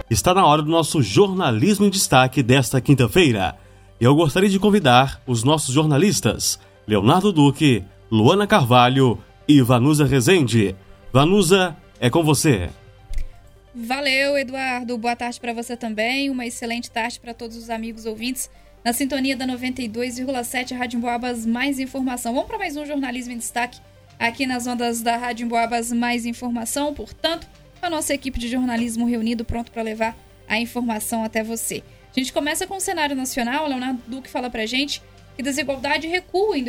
Está na hora do nosso Jornalismo em Destaque desta quinta-feira. Eu gostaria de convidar os nossos jornalistas, Leonardo Duque, Luana Carvalho e Vanusa Rezende. Vanusa, é com você. Valeu, Eduardo. Boa tarde para você também. Uma excelente tarde para todos os amigos ouvintes na sintonia da 92,7 Rádio Emboabas Mais Informação. Vamos para mais um Jornalismo em Destaque aqui nas ondas da Rádio Emboabas Mais Informação. Portanto, a nossa equipe de jornalismo reunido, pronto para levar a informação até você. A gente começa com o cenário nacional. O Leonardo Duque fala pra gente que desigualdade recua em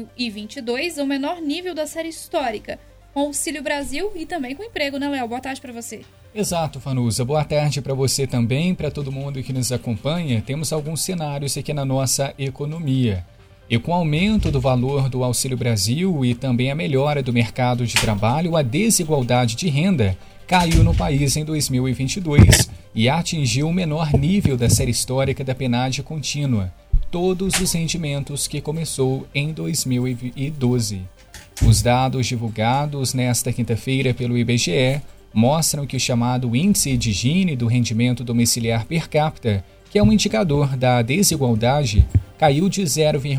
2022 ao menor nível da série histórica, com o Auxílio Brasil e também com emprego, né, Léo? Boa tarde para você. Exato, Vanusa. Boa tarde para você também, para todo mundo que nos acompanha. Temos alguns cenários aqui na nossa economia. E com o aumento do valor do Auxílio Brasil e também a melhora do mercado de trabalho, a desigualdade de renda caiu no país em 2022 e atingiu o menor nível da série histórica da PNAD contínua, todos os rendimentos que começou em 2012. Os dados divulgados nesta quinta-feira pelo IBGE mostram que o chamado Índice de Gini do Rendimento Domiciliar Per Capita, que é um indicador da desigualdade, caiu de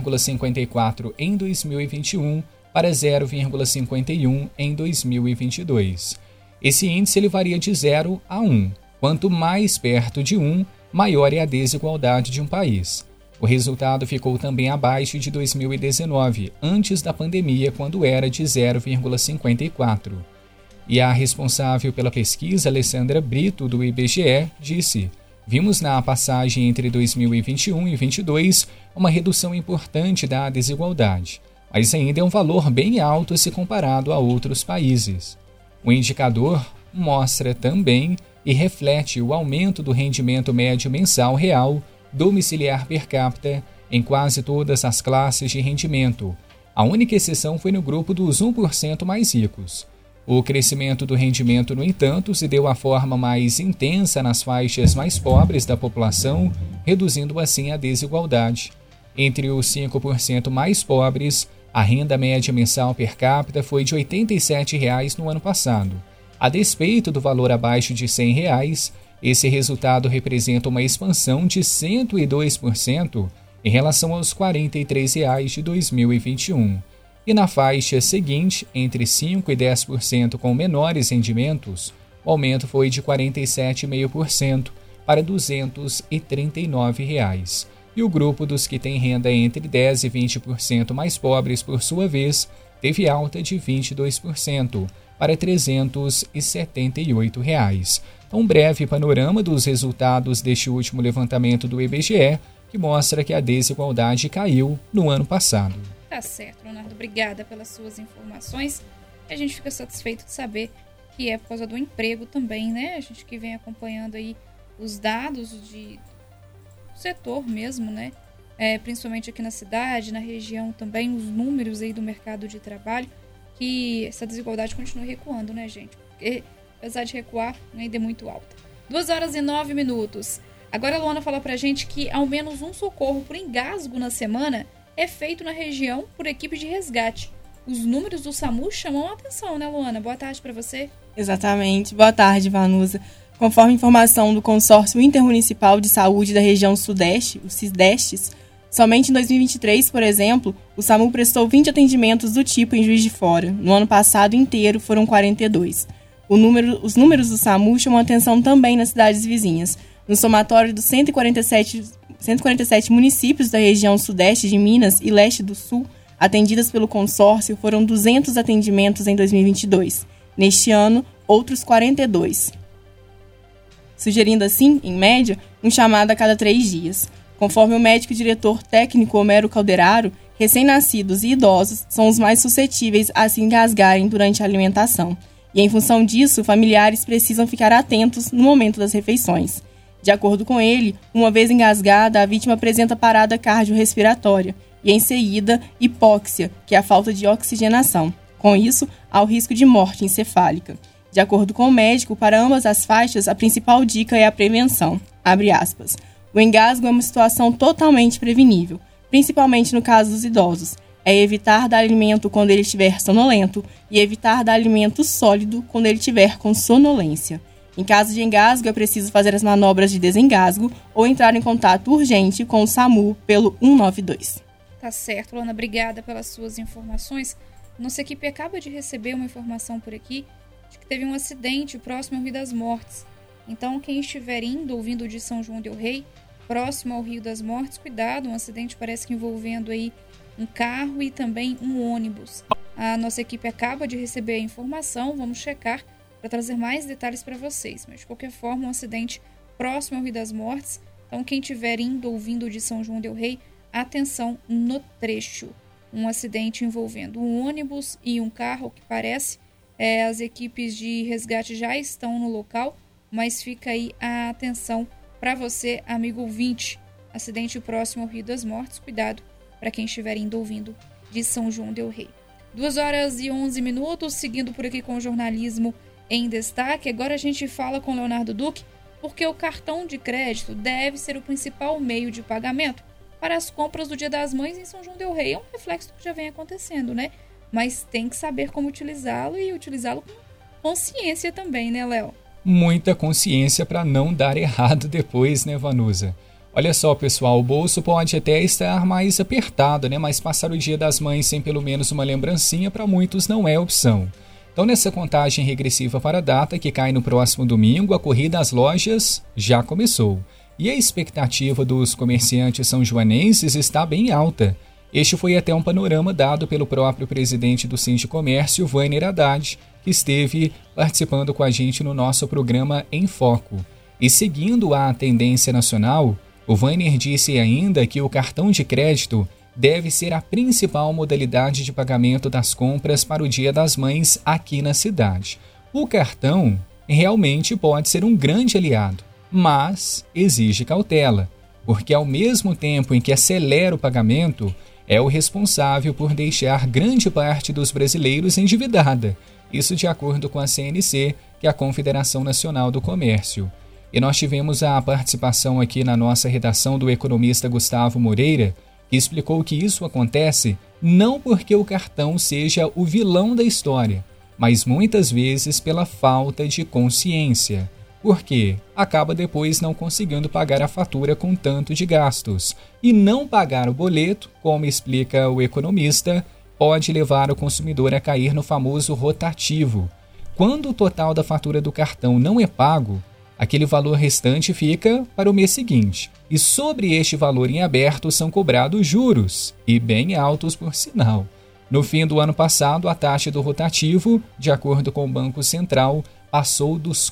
0,54 em 2021 para 0,51 em 2022. Esse índice ele varia de 0 a 1. Quanto mais perto de 1, maior é a desigualdade de um país. O resultado ficou também abaixo de 2019, antes da pandemia, quando era de 0,54. E a responsável pela pesquisa, Alessandra Brito, do IBGE, disse: vimos na passagem entre 2021 e 2022 uma redução importante da desigualdade, mas ainda é um valor bem alto se comparado a outros países. O indicador mostra também e reflete o aumento do rendimento médio mensal real domiciliar per capita em quase todas as classes de rendimento. A única exceção foi no grupo dos 1% mais ricos. O crescimento do rendimento, no entanto, se deu à forma mais intensa nas faixas mais pobres da população, reduzindo assim a desigualdade. Entre os 5% mais pobres, a renda média mensal per capita foi de R$ 87,00 no ano passado. A despeito do valor abaixo de R$ 100,00, esse resultado representa uma expansão de 102% em relação aos R$ 43,00 de 2021. E na faixa seguinte, entre 5% e 10% com menores rendimentos, o aumento foi de 47,5% para R$ 239,00. E o grupo dos que têm renda entre 10% e 20% mais pobres, por sua vez, teve alta de 22% para R$ 378,00. Então, um breve panorama dos resultados deste último levantamento do IBGE, que mostra que a desigualdade caiu no ano passado. Tá certo, Leonardo. Obrigada pelas suas informações. A gente fica satisfeito de saber que é por causa do emprego também, né? A gente que vem acompanhando aí os dados do setor mesmo, né? Principalmente aqui na cidade, na região também, os números aí do mercado de trabalho, que essa desigualdade continua recuando, né, gente? Porque, apesar de recuar, ainda é muito alta. 2h09. Agora a Luana falou pra gente que ao menos um socorro por engasgo na semana é feito na região por equipe de resgate. Os números do SAMU chamam a atenção, né, Luana? Boa tarde para você. Exatamente. Boa tarde, Vanusa. Conforme informação do Consórcio Intermunicipal de Saúde da região Sudeste, o CISDESTES, somente em 2023, por exemplo, o SAMU prestou 20 atendimentos do tipo em Juiz de Fora. No ano passado inteiro foram 42. Os números do SAMU chamam a atenção também nas cidades vizinhas. No somatório dos 147 municípios da região Sudeste de Minas e Leste do Sul, atendidas pelo consórcio, foram 200 atendimentos em 2022. Neste ano, outros 42. Sugerindo assim, em média, um chamado a cada 3 dias. Conforme o médico diretor técnico Homero Calderaro, recém-nascidos e idosos são os mais suscetíveis a se engasgarem durante a alimentação. E, em função disso, familiares precisam ficar atentos no momento das refeições. De acordo com ele, uma vez engasgada, a vítima apresenta parada cardiorrespiratória e, em seguida, hipóxia, que é a falta de oxigenação. Com isso, há o risco de morte encefálica. De acordo com o médico, para ambas as faixas, a principal dica é a prevenção. Abre aspas. O engasgo é uma situação totalmente prevenível, principalmente no caso dos idosos. É evitar dar alimento quando ele estiver sonolento e evitar dar alimento sólido quando ele estiver com sonolência. Em caso de engasgo, é preciso fazer as manobras de desengasgo ou entrar em contato urgente com o SAMU pelo 192. Tá certo, Luana, obrigada pelas suas informações. Nossa equipe acaba de receber uma informação por aqui de que teve um acidente próximo ao Rio das Mortes. Então, quem estiver indo ou vindo de São João del Rei, próximo ao Rio das Mortes, cuidado, um acidente parece que envolvendo aí um carro e também um ônibus. A nossa equipe acaba de receber a informação, vamos checar para trazer mais detalhes para vocês. Mas, de qualquer forma, um acidente próximo ao Rio das Mortes. Então, quem estiver indo ou vindo de São João del Rei, atenção no trecho. Um acidente envolvendo um ônibus e um carro, que parece. As equipes de resgate já estão no local, mas fica aí a atenção para você, amigo ouvinte. Acidente próximo ao Rio das Mortes. Cuidado para quem estiver indo ou vindo de São João del Rei. 2h11, seguindo por aqui com o jornalismo em destaque. Agora a gente fala com Leonardo Duque, porque o cartão de crédito deve ser o principal meio de pagamento para as compras do Dia das Mães em São João del Rei. É um reflexo que já vem acontecendo, né? Mas tem que saber como utilizá-lo e utilizá-lo com consciência também, né, Léo? Muita consciência para não dar errado depois, né, Vanusa? Olha só, pessoal, o bolso pode até estar mais apertado, né? Mas passar o Dia das Mães sem pelo menos uma lembrancinha para muitos não é opção. Então, nessa contagem regressiva para a data, que cai no próximo domingo, a corrida às lojas já começou. E a expectativa dos comerciantes são-joanenses está bem alta. Este foi até um panorama dado pelo próprio presidente do Sindicomércio, Vainer Haddad, que esteve participando com a gente no nosso programa Em Foco. E seguindo a tendência nacional, o Vainer disse ainda que o cartão de crédito deve ser a principal modalidade de pagamento das compras para o Dia das Mães aqui na cidade. O cartão realmente pode ser um grande aliado, mas exige cautela, porque ao mesmo tempo em que acelera o pagamento, é o responsável por deixar grande parte dos brasileiros endividada. Isso de acordo com a CNC, que é a Confederação Nacional do Comércio. E nós tivemos a participação aqui na nossa redação do economista Gustavo Moreira, que explicou que isso acontece não porque o cartão seja o vilão da história, mas muitas vezes pela falta de consciência. Porque acaba depois não conseguindo pagar a fatura com tanto de gastos. E não pagar o boleto, como explica o economista, pode levar o consumidor a cair no famoso rotativo. Quando o total da fatura do cartão não é pago, aquele valor restante fica para o mês seguinte. E sobre este valor em aberto são cobrados juros, e bem altos por sinal. No fim do ano passado, a taxa do rotativo, de acordo com o Banco Central, passou dos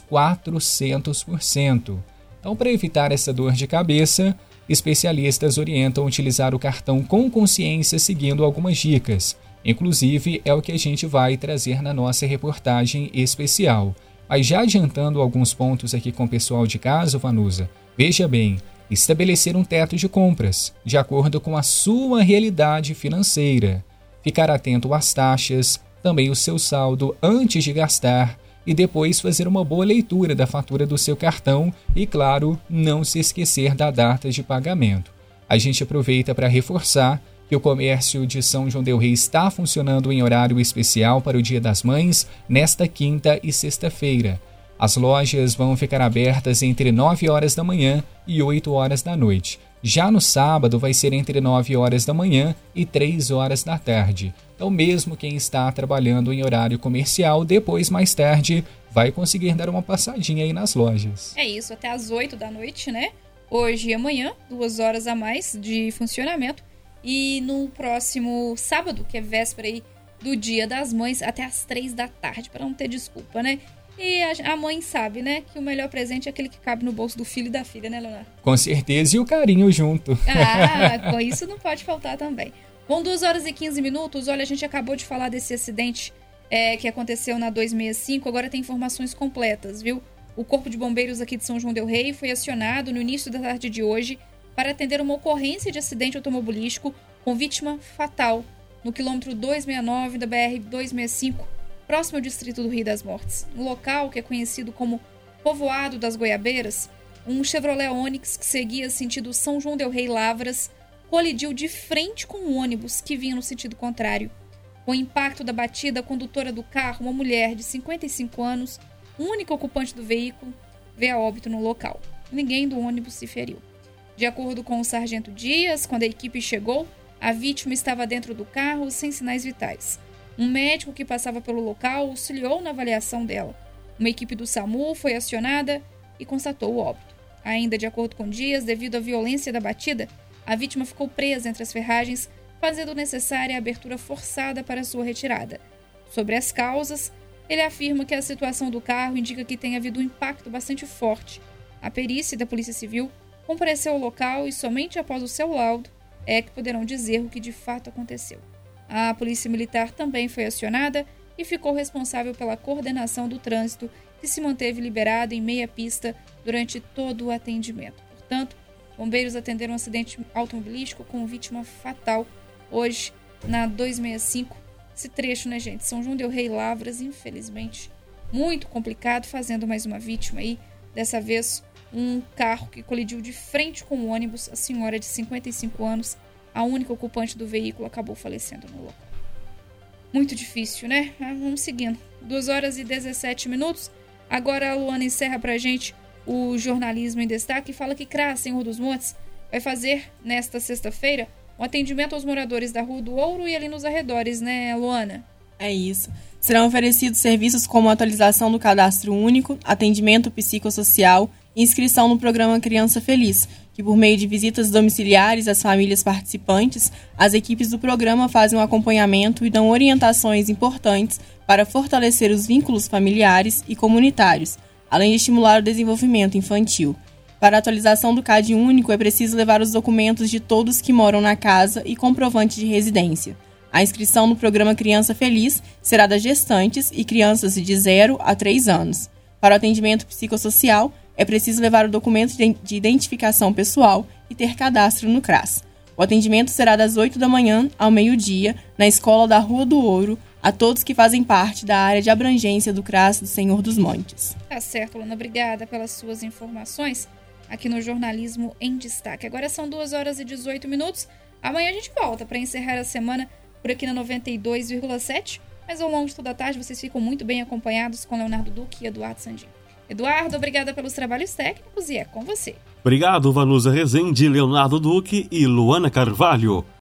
400%. Então, para evitar essa dor de cabeça, especialistas orientam utilizar o cartão com consciência seguindo algumas dicas. Inclusive, é o que a gente vai trazer na nossa reportagem especial. Mas já adiantando alguns pontos aqui com o pessoal de casa, Vanusa, veja bem, estabelecer um teto de compras, de acordo com a sua realidade financeira. Ficar atento às taxas, também o seu saldo antes de gastar e depois fazer uma boa leitura da fatura do seu cartão e, claro, não se esquecer da data de pagamento. A gente aproveita para reforçar que o comércio de São João del Rei está funcionando em horário especial para o Dia das Mães nesta quinta e sexta-feira. As lojas vão ficar abertas entre 9 horas da manhã e 8 horas da noite. Já no sábado vai ser entre 9 horas da manhã e 3 horas da tarde. Então, mesmo quem está trabalhando em horário comercial, depois, mais tarde, vai conseguir dar uma passadinha aí nas lojas. É isso, até às 8 da noite, né? Hoje e amanhã, 2 horas a mais de funcionamento. E no próximo sábado, que é véspera aí do Dia das Mães, até às 3 da tarde, para não ter desculpa, né? E a mãe sabe, né, que o melhor presente é aquele que cabe no bolso do filho e da filha, né, Leonardo? Com certeza, e o carinho junto. Ah, com isso não pode faltar também. Bom, 2h15, olha, a gente acabou de falar desse acidente que aconteceu na 265, agora tem informações completas, viu? O Corpo de Bombeiros aqui de São João del Rei foi acionado no início da tarde de hoje para atender uma ocorrência de acidente automobilístico com vítima fatal no quilômetro 269 da BR-265, próximo ao distrito do Rio das Mortes. No local, que é conhecido como Povoado das Goiabeiras, um Chevrolet Onix que seguia sentido São João del Rei Lavras colidiu de frente com um ônibus que vinha no sentido contrário. Com o impacto da batida, a condutora do carro, uma mulher de 55 anos, única ocupante do veículo, veio a óbito no local. Ninguém do ônibus se feriu. De acordo com o sargento Dias, quando a equipe chegou, a vítima estava dentro do carro sem sinais vitais. Um médico que passava pelo local auxiliou na avaliação dela. Uma equipe do SAMU foi acionada e constatou o óbito. Ainda de acordo com Dias, devido à violência da batida, a vítima ficou presa entre as ferragens, fazendo necessária a abertura forçada para sua retirada. Sobre as causas, ele afirma que a situação do carro indica que tenha havido um impacto bastante forte. A perícia da Polícia Civil compareceu ao local e somente após o seu laudo é que poderão dizer o que de fato aconteceu. A Polícia Militar também foi acionada e ficou responsável pela coordenação do trânsito, que se manteve liberado em meia pista durante todo o atendimento. Portanto, bombeiros atenderam um acidente automobilístico com vítima fatal hoje na 265. Esse trecho, né, gente? São João del Rei Lavras, infelizmente, muito complicado, fazendo mais uma vítima aí. Dessa vez, um carro que colidiu de frente com o ônibus. A senhora de 55 anos, a única ocupante do veículo, acabou falecendo no local. Muito difícil, né? Vamos seguindo. 2h17. Agora a Luana encerra pra gente o Jornalismo em Destaque e fala que CRAS Senhor dos Montes vai fazer, nesta sexta-feira, um atendimento aos moradores da Rua do Ouro e ali nos arredores, né, Luana? É isso. Serão oferecidos serviços como atualização do cadastro único, atendimento psicossocial e inscrição no programa Criança Feliz, que por meio de visitas domiciliares às famílias participantes, as equipes do programa fazem um acompanhamento e dão orientações importantes para fortalecer os vínculos familiares e comunitários, além de estimular o desenvolvimento infantil. Para a atualização do CAD único, é preciso levar os documentos de todos que moram na casa e comprovante de residência. A inscrição no programa Criança Feliz será das gestantes e crianças de 0 a 3 anos. Para o atendimento psicossocial, é preciso levar o documento de identificação pessoal e ter cadastro no CRAS. O atendimento será das 8 da manhã ao meio-dia, na Escola da Rua do Ouro, a todos que fazem parte da área de abrangência do CRAS do Senhor dos Montes. Tá certo, Luna. Obrigada pelas suas informações aqui no Jornalismo em Destaque. Agora são 2h18. Amanhã a gente volta para encerrar a semana por aqui na 92,7. Mas ao longo de toda a tarde vocês ficam muito bem acompanhados com Leonardo Duque e Eduardo Sandin. Eduardo, obrigada pelos trabalhos técnicos e é com você. Obrigado, Vanusa Rezende, Leonardo Duque e Luana Carvalho.